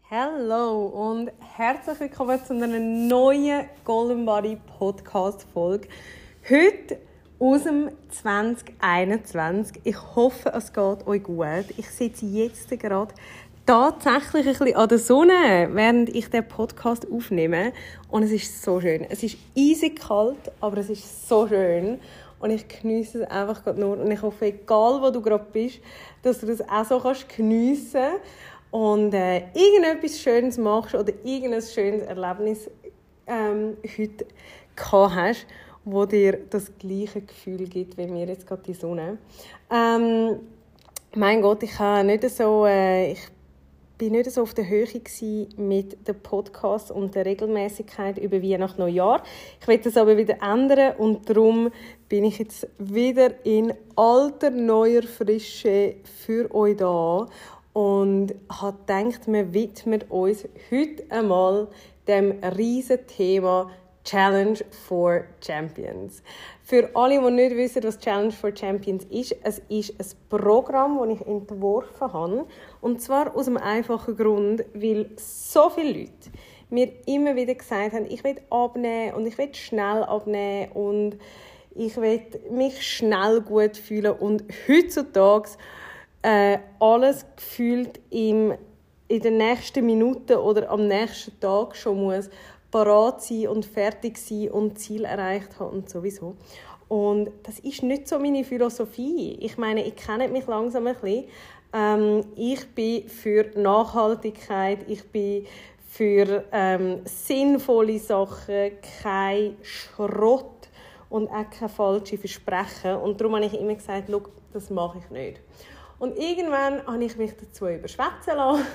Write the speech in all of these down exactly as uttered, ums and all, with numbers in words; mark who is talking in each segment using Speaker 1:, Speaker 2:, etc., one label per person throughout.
Speaker 1: Hallo und herzlich willkommen zu einer neuen Golden Body Podcast Folge. Heute aus dem zwanzig einundzwanzig. Ich hoffe, es geht euch gut. Ich sitze jetzt gerade tatsächlich ein bisschen an der Sonne, während ich den Podcast aufnehme. Und es ist so schön. Es ist eisig kalt, aber es ist so schön. Und ich geniesse es einfach gerade nur. Und ich hoffe, egal wo du gerade bist, dass du das auch so kannst geniessen kannst. Und äh, irgendetwas Schönes machst oder irgendein schönes Erlebnis ähm, heute gehabt hast, wo dir das gleiche Gefühl gibt wie mir jetzt gerade die Sonne. Ähm, mein Gott, ich habe nicht so, äh, ich bin nicht so auf der Höhe gewesen mit dem Podcast und der Regelmäßigkeit über Weihnachten Neujahr. Ich will das aber wieder ändern und darum bin ich jetzt wieder in alter neuer Frische für euch da. Und habe gedacht, wir widmen uns heute einmal dem riesen Thema Challenge for Champions. Für alle, die nicht wissen, was Challenge for Champions ist, es ist ein Programm, das ich entworfen habe. Und zwar aus dem einfachen Grund, weil so viele Leute mir immer wieder gesagt haben, ich will abnehmen und ich will schnell abnehmen und ich will mich schnell gut fühlen. Und heutzutage Äh, alles gefühlt im, in den nächsten Minuten oder am nächsten Tag schon muss parat sein und fertig sein und Ziel erreicht haben und sowieso. Und das ist nicht so meine Philosophie. Ich meine, ich kenne mich langsam ein bisschen. Ähm, ich bin für Nachhaltigkeit, ich bin für ähm, sinnvolle Sachen, kein Schrott und auch keine falschen Versprechen. Und darum habe ich immer gesagt, schau, das mache ich nicht. Und irgendwann habe ich mich dazu überschwätzen lassen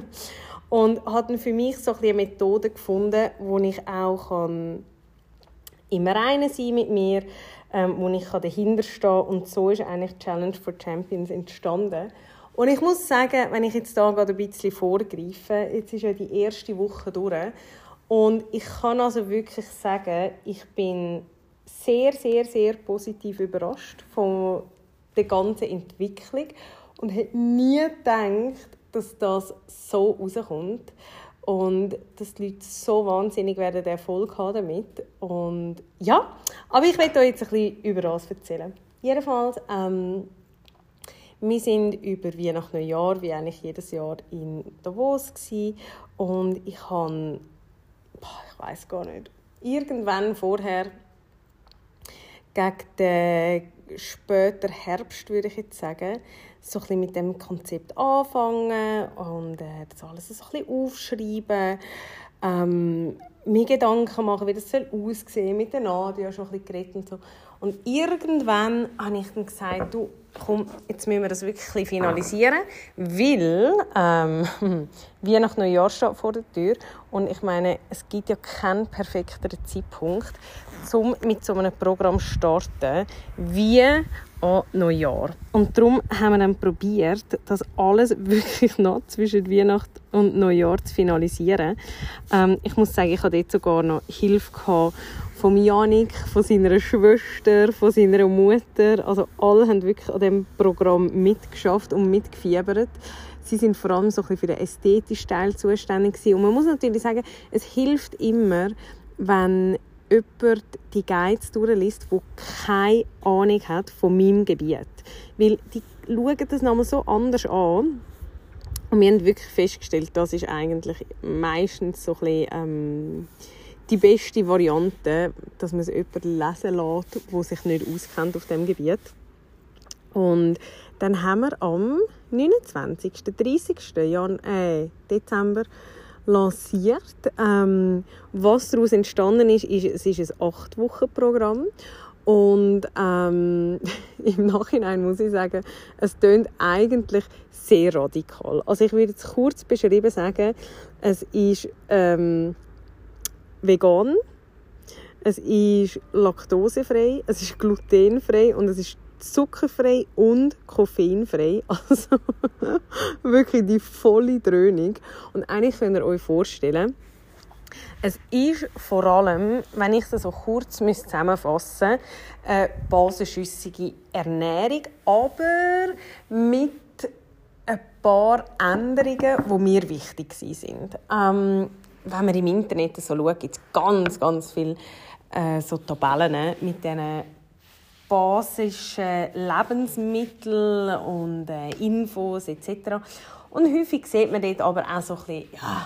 Speaker 1: und habe für mich so eine Methode gefunden, wo ich auch kann im Reinen sein mit mir, ähm, wo ich dahinter stehen kann. Und so ist eigentlich Challenge for Champions entstanden. Und ich muss sagen, wenn ich jetzt da gerade ein bisschen vorgreife, jetzt ist ja die erste Woche durch und ich kann also wirklich sagen, ich bin sehr, sehr, sehr positiv überrascht von der ganzen Entwicklung und hätte nie gedacht, dass das so rauskommt und dass die Leute so wahnsinnig werden Erfolg haben damit. Und ja, aber ich werde euch jetzt ein bisschen über das erzählen. Jedenfalls, ähm, wir sind über Weihnachten Neujahr, wie eigentlich jedes Jahr, in Davos gewesen. Und ich habe, ich weiss gar nicht, irgendwann vorher gegen den später Herbst, würde ich jetzt sagen, so ein bisschen mit dem Konzept anfangen und äh, das alles so ein bisschen aufschreiben, ähm, mir Gedanken machen, wie das soll aussehen, mit der Nadia schon ein bisschen geredet und so. Und irgendwann habe ich dann gesagt, du, komm, jetzt müssen wir das wirklich finalisieren, weil ähm, Weihnachten Neujahr steht vor der Tür und ich meine, es gibt ja keinen perfekteren Zeitpunkt, um mit so einem Programm zu starten, wie an Neujahr. Und darum haben wir dann probiert, das alles wirklich noch zwischen Weihnachten und Neujahr zu finalisieren. Ähm, ich muss sagen, ich hatte dort sogar noch Hilfe gehabt von Janik, von seiner Schwester, von seiner Mutter. Also alle haben wirklich an diesem Programm mitgeschafft und mitgefiebert. Sie sind vor allem so ein bisschen für den ästhetischen Teil zuständig gewesen. Und man muss natürlich sagen, es hilft immer, wenn jemand die Guides durchliest, der keine Ahnung hat von meinem Gebiet. Weil die schauen das nochmal so anders an. Und wir haben wirklich festgestellt, das ist eigentlich meistens so ein bisschen, ähm, die beste Variante, dass man es jemanden lesen lässt, der sich nicht auskennt auf diesem Gebiet. Und dann haben wir am neunundzwanzigsten, dreißigsten Jan- äh, Dezember lanciert. Ähm, was daraus entstanden ist, ist, es ist ein acht-Wochen-Programm. Und ähm, im Nachhinein muss ich sagen, es tönt eigentlich sehr radikal. Also ich würde jetzt kurz beschrieben sagen, es ist ähm, vegan, es ist laktosefrei, es ist glutenfrei und es ist zuckerfrei und koffeinfrei. Also wirklich die volle Dröhnung. Und eigentlich könnt ihr euch vorstellen, es ist vor allem, wenn ich es so kurz zusammenfassen müsste, eine basenschüssige Ernährung, aber mit ein paar Änderungen, die mir wichtig sind. Ähm, wenn man im Internet so schaut, gibt es ganz, ganz viele äh, so Tabellen mit diesen basischen Lebensmitteln und äh, Infos et cetera. Und häufig sieht man dort aber auch so ein bisschen, ja,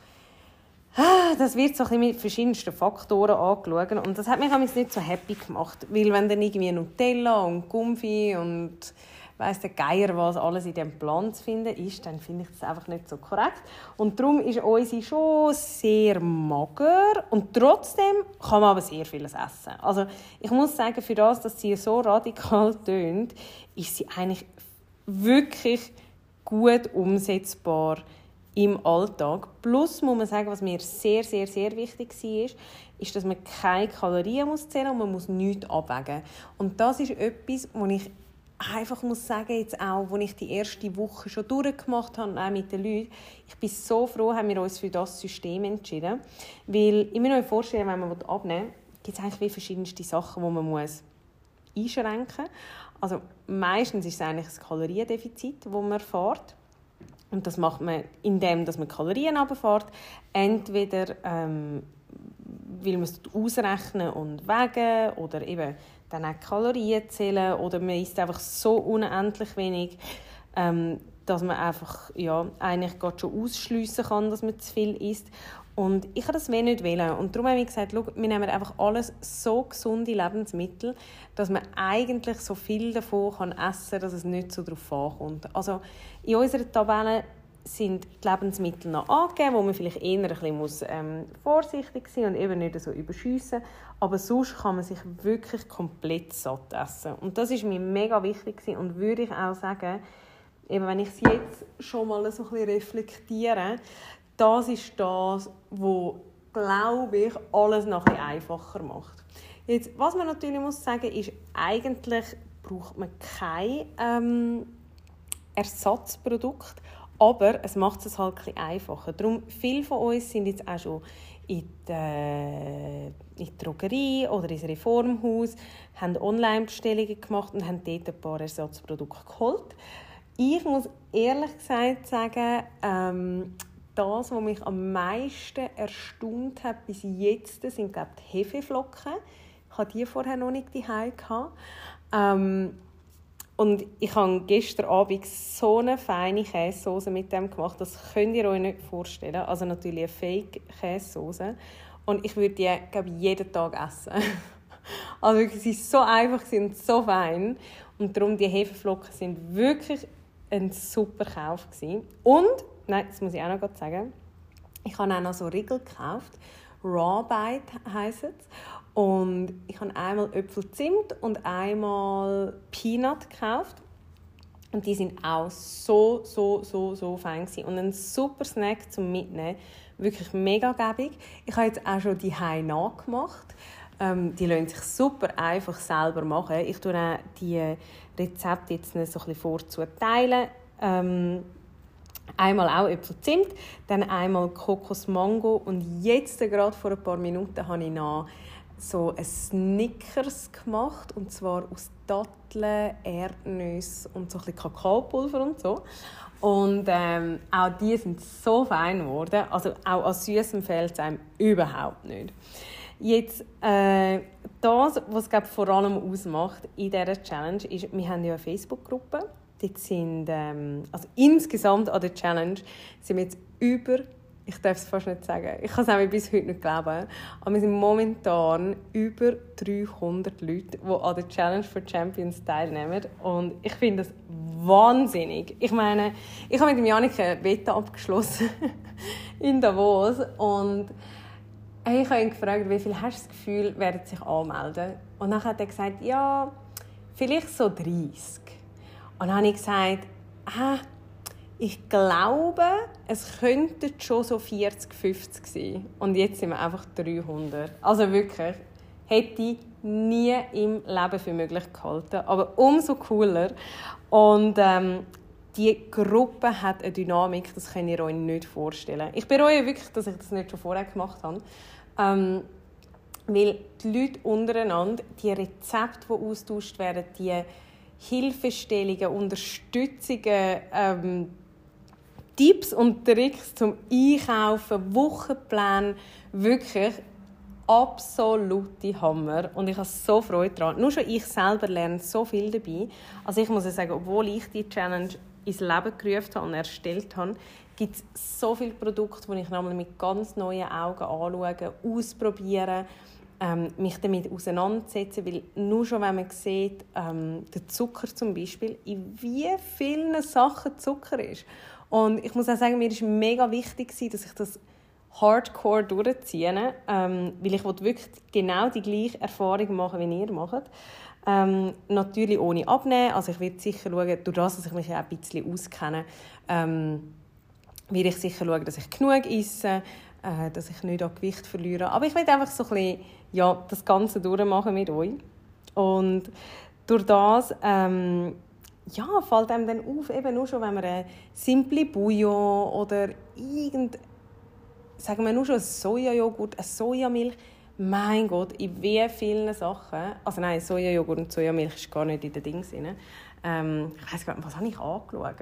Speaker 1: das wird so ein bisschen mit verschiedensten Faktoren angeschaut. Und das hat mich nicht so happy gemacht. Weil wenn dann irgendwie Nutella und Gumpfi und weiss der Geier, was alles in diesem Plan zu finden ist, dann finde ich das einfach nicht so korrekt. Und darum ist unsere schon sehr mager. Und trotzdem kann man aber sehr vieles essen. Also ich muss sagen, für das, dass sie so radikal tönt, ist sie eigentlich wirklich gut umsetzbar im Alltag. Plus muss man sagen, was mir sehr, sehr, sehr wichtig war, ist, dass man keine Kalorien muss zählen und man muss nichts abwägen. Und das ist etwas, wo ich einfach muss sagen, jetzt auch, als ich die erste Woche schon durchgemacht habe, auch mit den Leuten, ich bin so froh, haben wir uns für das System entschieden. Weil ich mir noch vorstellen, wenn man abnehmen will, gibt es eigentlich wie verschiedenste Sachen, die man muss einschränken muss. Also meistens ist es eigentlich ein Kaloriendefizit, das man erfährt. Und das macht man, indem man Kalorien runterfährt. Entweder ähm, will man es ausrechnen und wägen oder eben dann auch Kalorien zählen oder man isst einfach so unendlich wenig, ähm, dass man einfach ja, eigentlich gerade schon ausschliessen kann, dass man zu viel isst. Und ich kann das nicht wählen. Und darum habe ich gesagt, schau, wir nehmen einfach alles so gesunde Lebensmittel, dass man eigentlich so viel davon kann essen kann, dass es nicht so darauf ankommt. Also in unserer Tabelle sind die Lebensmittel noch angegeben, wo man vielleicht eher ein bisschen muss, ähm, vorsichtig sein und eben nicht so überschiessen. Aber sonst kann man sich wirklich komplett satt essen. Und das ist mir mega wichtig und würde ich auch sagen, eben wenn ich es jetzt schon mal so ein bisschen reflektiere, das ist das, was, glaube ich, alles noch ein bisschen einfacher macht. Jetzt, was man natürlich muss sagen, ist, eigentlich braucht man kein ähm, Ersatzprodukt, aber es macht es halt ein bisschen einfacher. Darum, viele von uns sind jetzt auch schon in die, in die Drogerie oder ins Reformhaus, haben Online-Bestellungen gemacht und haben dort ein paar Ersatzprodukte geholt. Ich muss ehrlich gesagt sagen, ähm, das, was mich am meisten erstaunt hat bis jetzt, sind, glaube ich, die Hefeflocken. Ich hatte die vorher noch nicht zu Hause. Ähm, und ich habe gestern Abend so eine feine Käsesoße mit dem gemacht, das könnt ihr euch nicht vorstellen. Also natürlich eine Fake-Käsesoße. Und ich würde die, glaube ich, jeden Tag essen. Also wirklich, sie ist so einfach und so fein. Und darum, die Hefeflocken sind wirklich ein super Kauf gewesen. Und nein, das muss ich auch noch sagen. Ich habe auch noch so Riegel gekauft. Raw Bite heisst es. Und ich habe einmal Äpfelzimt und einmal Peanut gekauft. Und die sind auch so, so, so, so fein gewesen. Und ein super Snack zum Mitnehmen. Wirklich mega gäbig. Ich habe jetzt auch schon die Hai nachgemacht. Ähm, die lassen sich super einfach selber machen. Ich tue auch die Rezepte jetzt so ein bisschen vorzuteilen. Ähm, Einmal auch Äpfelzimt, dann einmal Kokosmango und jetzt, gerade vor ein paar Minuten, habe ich noch so ein Snickers gemacht, und zwar aus Datteln, Erdnüsse und so ein bisschen Kakaopulver und so. Und ähm, auch die sind so fein geworden, also auch an Süßem fehlt es einem überhaupt nicht. Jetzt, äh, das, was es vor allem ausmacht in dieser Challenge, ist, wir haben ja eine Facebook-Gruppe. Dort sind, ähm, also insgesamt an der Challenge sind wir jetzt über, ich darf es fast nicht sagen, ich kann es auch bis heute nicht glauben, aber wir sind momentan über dreihundert Leute, die an der Challenge for Champions teilnehmen. Und ich finde das wahnsinnig. Ich meine, ich habe mit dem Janik eine Wette abgeschlossen in Davos und ich habe ihn gefragt, wie viel hast du das Gefühl, werden sich anmelden? Und dann hat er gesagt, ja, vielleicht so dreissig. Und dann habe ich gesagt, ah, ich glaube, es könnten schon so vierzig, fünfzig sein. Und jetzt sind wir einfach dreihundert. Also wirklich, hätte ich nie im Leben für möglich gehalten. Aber umso cooler. Und ähm, die Gruppe hat eine Dynamik, das könnt ihr euch nicht vorstellen. Ich bereue wirklich, dass ich das nicht schon vorher gemacht habe. Ähm, weil die Leute untereinander, die Rezepte, die austauscht werden, die Hilfestellungen, Unterstützungen, ähm, Tipps und Tricks zum Einkaufen, Wochenpläne, wirklich absolute Hammer. Und ich habe so Freude daran. Nur schon ich selber lerne so viel dabei. Also ich muss sagen, obwohl ich die Challenge ins Leben gerufen habe und erstellt habe, gibt es so viele Produkte, die ich nochmal mit ganz neuen Augen anschaue, ausprobiere, ähm, mich damit auseinandersetzen, weil nur schon, wenn man sieht, ähm, der Zucker zum Beispiel, in wie vielen Sachen Zucker ist. Und ich muss auch sagen, mir war mega wichtig, dass ich das hardcore durchziehe, ähm, weil ich wirklich genau die gleiche Erfahrung machen, wie ihr macht. Ähm, natürlich ohne abnehmen, also ich werde sicher schauen, durch das, dass ich mich auch ein bisschen auskenne, ähm, werde ich sicher schauen, dass ich genug esse, äh, dass ich nicht an Gewicht verliere. Aber ich will einfach so ein bisschen, ja, das Ganze durchmachen mit euch. Und durch das ähm, ja, fällt einem dann auf, eben nur schon, wenn man eine simple Bouillon oder irgend, sagen wir nur schon ein Sojajoghurt, eine Sojamilch, mein Gott, in wie vielen Sachen, also nein, Sojajoghurt und Sojamilch ist gar nicht in den Dings drin. Ähm, ich weiss gar nicht, was habe ich angeschaut? War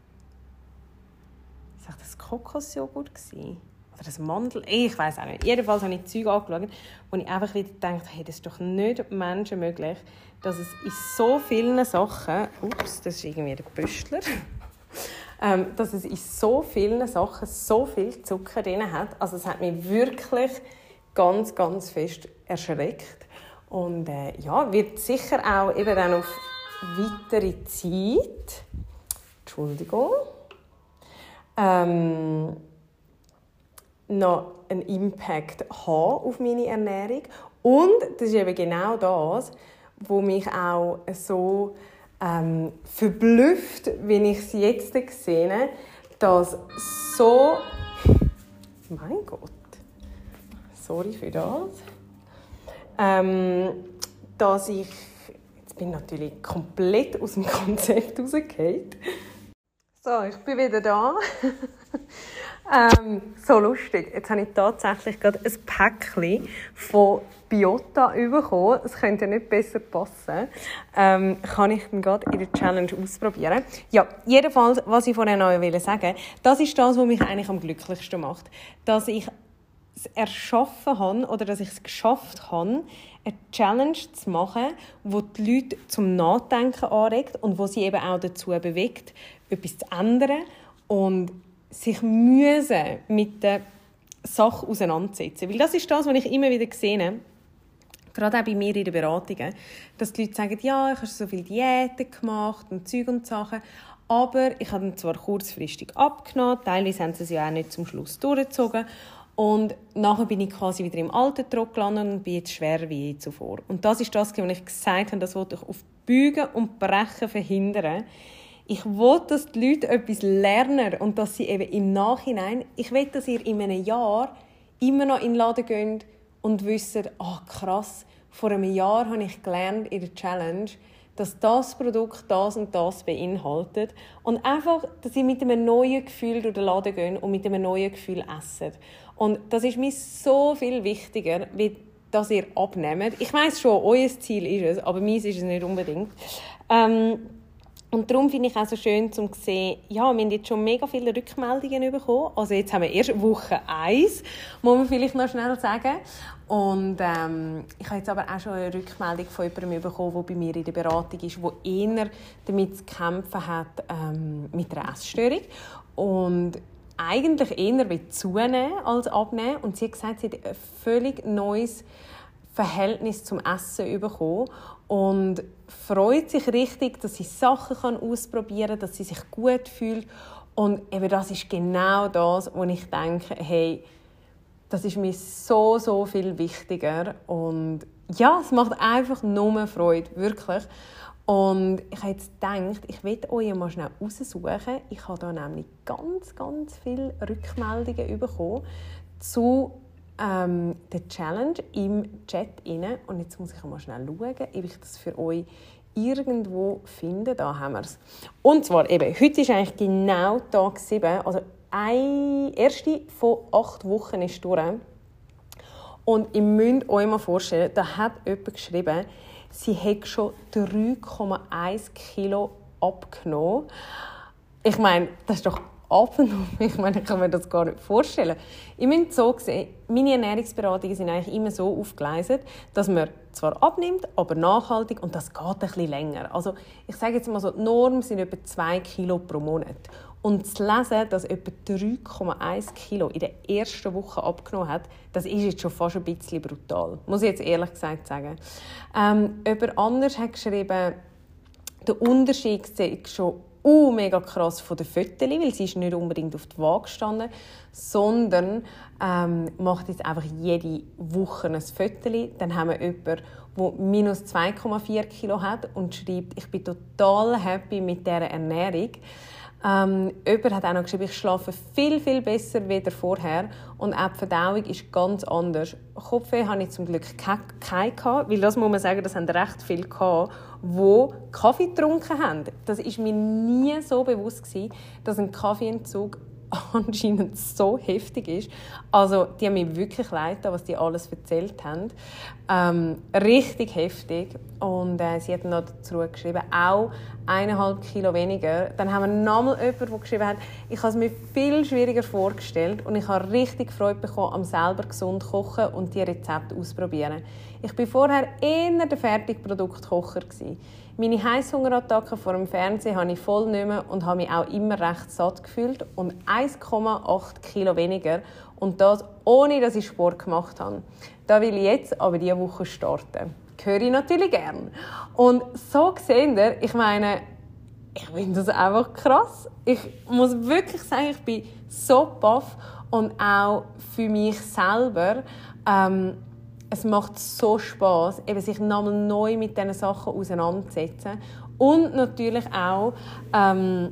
Speaker 1: das Kokosjoghurt? Oder das Mandel? Ich weiss auch nicht. Jedenfalls habe ich Zeug angeschaut, wo ich einfach wieder gedacht habe, hey, das ist doch nicht menschenmöglich, dass es in so vielen Sachen, ups, das ist irgendwie der Pöstler, ähm, dass es in so vielen Sachen so viel Zucker drin hat. Also es hat mich wirklich ganz, ganz fest erschreckt. Und äh, ja, wird sicher auch eben dann auf weitere Zeit, Entschuldigung, ähm, noch einen Impact haben auf meine Ernährung. Und das ist eben genau das, was mich auch so ähm, verblüfft, wenn ich es jetzt sehe, dass so... Mein Gott. Sorry für das. Ähm, dass ich... Jetzt bin ich natürlich komplett aus dem Konzept rausgefallen. So, ich bin wieder da. ähm, so lustig. Jetzt habe ich tatsächlich gerade ein Päckchen von Biota bekommen. Es könnte nicht besser passen. Ähm, kann ich dann gerade in der Challenge ausprobieren. Ja, jedenfalls, was ich vorhin noch sagen wollte, das ist das, was mich eigentlich am glücklichsten macht. Dass ich es erschaffen habe oder dass ich es geschafft habe, eine Challenge zu machen, die die Leute zum Nachdenken anregt und die sie eben auch dazu bewegt, etwas zu ändern und sich müssen mit der Sache auseinandersetzen. Weil das ist das, was ich immer wieder sehe, gerade auch bei mir in den Beratungen, dass die Leute sagen, ja, ich habe so viele Diäten gemacht und Zeug und Sachen, aber ich habe dann zwar kurzfristig abgenommen, teilweise haben sie es ja auch nicht zum Schluss durchgezogen. Und nachher bin ich quasi wieder im alten Trott gelandet und bin jetzt schwerer wie je zuvor. Und das ist das, was ich gesagt habe, das wollte ich auf Biegen und Brechen verhindern. Ich will, dass die Leute etwas lernen und dass sie eben im Nachhinein, ich will, dass ihr in einem Jahr immer noch in den Laden geht und wisst, ah oh, krass, vor einem Jahr habe ich gelernt in der Challenge, dass das Produkt das und das beinhaltet. Und einfach, dass ihr mit einem neuen Gefühl durch den Laden geht und mit einem neuen Gefühl esst. Und das ist mir so viel wichtiger, wie dass ihr abnehmt. Ich weiss schon, euer Ziel ist es, aber meins ist es nicht unbedingt. Ähm, und darum finde ich auch so schön, zu sehen, ja, wir haben jetzt schon mega viele Rückmeldungen bekommen. Also jetzt haben wir erst Woche eins, muss man vielleicht noch schnell sagen. Und ähm, ich habe jetzt aber auch schon eine Rückmeldung von jemandem bekommen, der bei mir in der Beratung ist, der eher damit zu kämpfen hat ähm, mit einer Essstörung. Und eigentlich eher zunehmen als abnehmen. Und sie hat gesagt, sie hat ein völlig neues Verhältnis zum Essen bekommen und freut sich richtig, dass sie Sachen kann ausprobieren kann, dass sie sich gut fühlt. Und eben das ist genau das, wo ich denke, hey, das ist mir so, so viel wichtiger. Und ja, es macht einfach nur Freude, wirklich. Und ich habe jetzt gedacht, ich werde euch mal schnell raussuchen. Ich habe da nämlich ganz, ganz viele Rückmeldungen bekommen zu ähm, der Challenge im Chat rein. Und jetzt muss ich mal schnell schauen, ob ich das für euch irgendwo finde. Da haben wir es. Und zwar eben, heute ist eigentlich genau Tag sieben, also eine erste von acht Wochen ist durch. Und ihr müsst euch mal vorstellen, da hat jemand geschrieben, sie hat schon drei Komma eins Kilo abgenommen. Ich meine, das ist doch abgenommen. Ich meine, ich kann mir das gar nicht vorstellen. Ich meine, so gesehen, meine Ernährungsberatungen sind eigentlich immer so aufgegleist, dass man zwar abnimmt, aber nachhaltig und das geht ein bisschen länger. Also ich sage jetzt mal so, die Norm sind etwa zwei Kilo pro Monat. Und zu lesen, dass etwa drei Komma eins Kilo in der ersten Woche abgenommen hat, das ist jetzt schon fast ein bisschen brutal. Muss ich jetzt ehrlich gesagt sagen. Ähm, jemand anders hat geschrieben, der Unterschied ist schon uh, mega krass von den Fotos, weil sie ist nicht unbedingt auf die Waage gestanden, sondern ähm, macht jetzt einfach jede Woche ein Foto. Dann haben wir jemanden, der minus zwei Komma vier Kilo hat und schreibt, ich bin total happy mit dieser Ernährung. Ähm, jemand hat auch noch geschrieben, ich schlafe viel, viel besser wie vorher und auch die Verdauung ist ganz anders. Kopfweh hatte ich zum Glück keinen, weil das muss man sagen, das haben recht viele gehabt, die Kaffee getrunken haben. Das war mir nie so bewusst gewesen, dass ein Kaffeeentzug anscheinend so heftig ist. Also, die haben mir wirklich leid, was die alles erzählt haben. Ähm, richtig heftig. Und äh, sie hat noch dazu geschrieben, auch eineinhalb Kilo weniger. Dann haben wir nochmal jemanden, der geschrieben hat, ich habe es mir viel schwieriger vorgestellt und ich habe richtig Freude bekommen, am selber gesund kochen und die Rezepte ausprobieren. Ich war vorher eher der Fertigproduktkocher gewesen. Meine Heisshungerattacken vor dem Fernsehen habe ich voll nicht mehr und habe mich auch immer recht satt gefühlt und eins Komma acht Kilo weniger und das ohne, dass ich Sport gemacht habe. Da will ich jetzt aber diese Woche starten. Höre ich natürlich gern. Und so seht ihr, ich meine, ich finde das einfach krass. Ich muss wirklich sagen, ich bin so baff und auch für mich selber, ähm, es macht so Spass, eben sich nochmal neu mit diesen Sachen auseinanderzusetzen und natürlich auch ähm,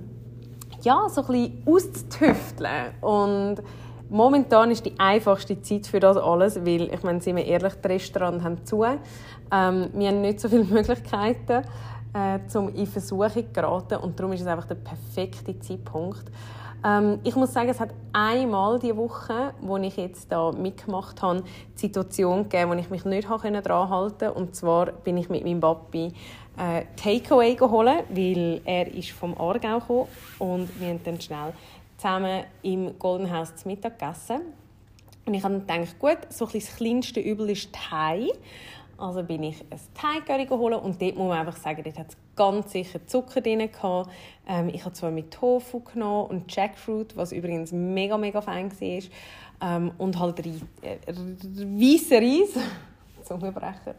Speaker 1: ja, so ein bisschen auszutüfteln. Und momentan ist die einfachste Zeit für das alles, weil, ich meine, sind wir ehrlich, die Restaurants haben zu. Ähm, wir haben nicht so viele Möglichkeiten, äh, um in Versuchung zu geraten und darum ist es einfach der perfekte Zeitpunkt. Ähm, ich muss sagen, es hat einmal die Woche, wo ich jetzt da mitgemacht habe, die Situation gegeben, wo ich mich nicht daran halten konnte. Und zwar bin ich mit meinem Papi äh, Takeaway geholt, weil er ist vom Aargau gekommen und wir haben dann schnell zusammen im Golden House zu Mittag gegessen. Und ich habe dann gedacht, gut, so ein bisschen das kleinste Übel ist Thai. Also bin ich ein Thai-Curry geholt und dort muss man einfach sagen, dort hat es ganz sicher Zucker drin gehabt. Ähm, ich habe zwar mit Tofu genommen und Jackfruit, was übrigens mega, mega fein war. Ähm, und halt Reis, äh, weissen Reis, Zungenbrecher.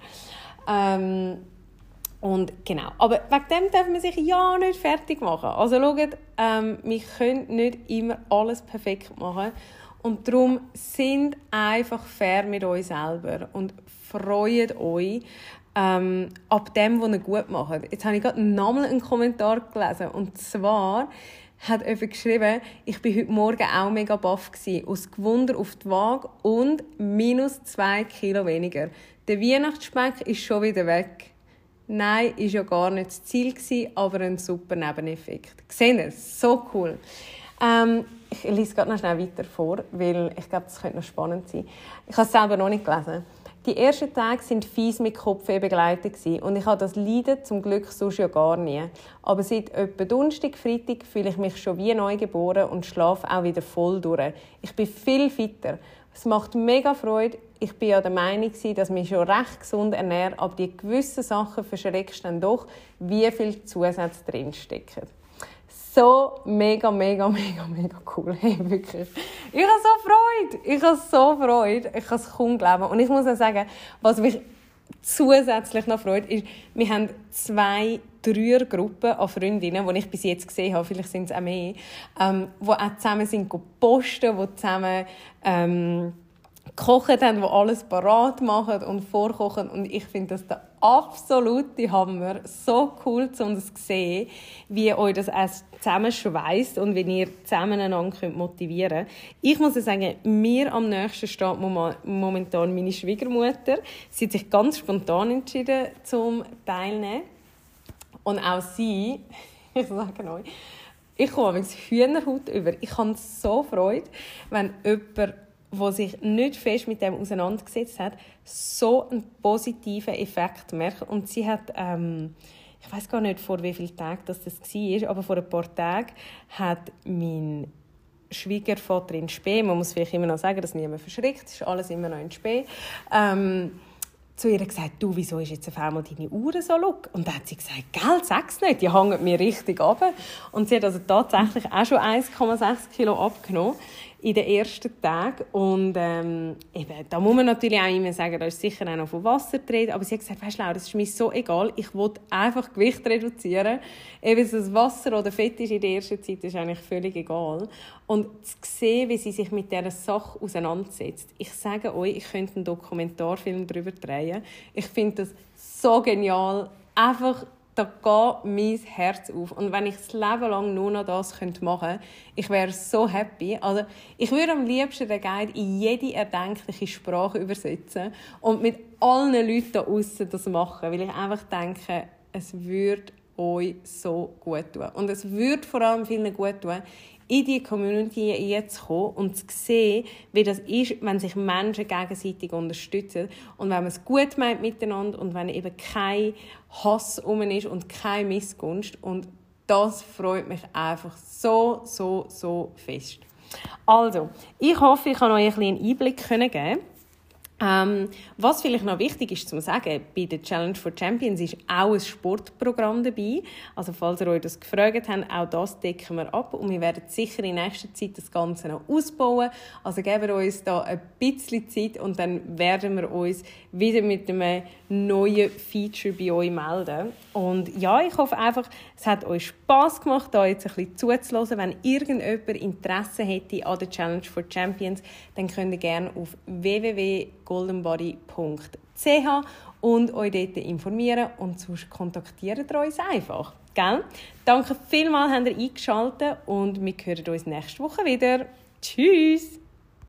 Speaker 1: Ähm, und genau, aber wegen dem darf man sich ja nicht fertig machen. Also schaut, ähm, wir können nicht immer alles perfekt machen. Und darum sind einfach fair mit euch selber und freut euch ähm, ab dem, was ihr gut macht. Jetzt habe ich gerade nochmal einen Kommentar gelesen. Und zwar hat jemand geschrieben, ich war heute Morgen auch mega baff gewesen, aus Gewunder auf die Waage und minus zwei Kilo weniger. Der Weihnachtsspeck ist schon wieder weg. Nein, war ja gar nicht das Ziel gewesen, aber ein super Nebeneffekt. Seht ihr? So cool. Ähm, ich lese gerade noch schnell weiter vor, weil ich glaube, das könnte noch spannend sein. Ich habe es selber noch nicht gelesen. Die ersten Tage waren fies mit Kopfweh begleitet und ich habe das Leiden zum Glück sonst ja gar nie. Aber seit etwa Donnerstag, Freitag fühle ich mich schon wie neu geboren und schlafe auch wieder voll durch. Ich bin viel fitter. Es macht mega Freude. Ich war ja der Meinung, dass mich schon recht gesund ernähre, aber die gewissen Sachen verschreckst dann doch, wie viel Zusätze drinstecken. So mega, mega, mega, mega cool. Hey, wirklich. Ich habe so Freude. Ich habe so Freude. Ich kann es kaum glauben. Und ich muss auch sagen, was mich zusätzlich noch freut, ist, wir haben zwei Dreiergruppen an Freundinnen, die ich bis jetzt gesehen habe, vielleicht sind es auch mehr, ähm, die auch zusammen sind posten, die zusammen ähm, gekocht haben, die alles parat machen und vorkochen. Und ich finde das der absolute Hammer. So cool, um das zu sehen, wie euch das auch zusammenschweißt und wie ihr zusammen einander motivieren könnt. Ich muss sagen, mir am nächsten steht momentan meine Schwiegermutter. Sie hat sich ganz spontan entschieden, zum teilnehmen. Und auch sie, ich sage euch, ich komme mit Hühnerhaut über. Ich habe so Freude, wenn jemand der sich nicht fest mit dem auseinandergesetzt hat, so einen positiven Effekt merkt. Und sie hat, ähm, ich weiß gar nicht, vor wie vielen Tagen das, das war, aber vor ein paar Tagen hat mein Schwiegervater in Spee, man muss vielleicht immer noch sagen, dass niemand verschrickt, es ist alles immer noch in Spee, ähm, zu ihr gesagt, du, wieso ist jetzt auf einmal deine Uhr so look? Und dann hat sie gesagt, gell, sag's nicht, die hängen mir richtig runter. Und sie hat also tatsächlich auch schon eins Komma sechs Kilo abgenommen in den ersten Tagen. Und ähm, eben, da muss man natürlich auch immer sagen, da ist sicher auch noch von Wasser drin. Aber sie hat gesagt, weisst du, Laura, das ist mir so egal, ich will einfach Gewicht reduzieren. Ob es das Wasser oder Fett ist in der ersten Zeit, ist eigentlich völlig egal. Und zu sehen, wie sie sich mit dieser Sache auseinandersetzt. Ich sage euch, ich könnte einen Dokumentarfilm darüber drehen. Ich finde das so genial. Einfach, da geht mein Herz auf. Und wenn ich das Leben lang nur noch das machen könnte, ich wäre so happy. Also, ich würde am liebsten den Guide in jede erdenkliche Sprache übersetzen und mit allen Leuten da draussen das machen, weil ich einfach denke, es würde euch so gut tun. Und es würde vor allem vielen gut tun, in die Community jetzt kommen und zu sehen, wie das ist, wenn sich Menschen gegenseitig unterstützen und wenn man es gut meint miteinander und wenn eben kein Hass um ist und keine Missgunst. Und das freut mich einfach so, so, so fest. Also, ich hoffe, ich kann euch ein einen Einblick geben. Ähm, was vielleicht noch wichtig ist zu sagen, bei der Challenge for Champions ist auch ein Sportprogramm dabei. Also falls ihr euch das gefragt habt, auch das decken wir ab und wir werden sicher in nächster Zeit das Ganze noch ausbauen. Also geben wir uns da ein bisschen Zeit und dann werden wir uns wieder mit einem neuen Feature bei euch melden. Und ja, ich hoffe einfach, es hat euch Spass gemacht, da jetzt ein bisschen zuzuhören. Wenn irgendjemand Interesse hätte an der Challenge for Champions, dann könnt ihr gerne auf w w w punkt goldenbody punkt c h und euch dort informieren und sonst kontaktiert ihr uns einfach. Gell? Danke vielmals, habt ihr eingeschaltet und wir hören uns nächste Woche wieder. Tschüss!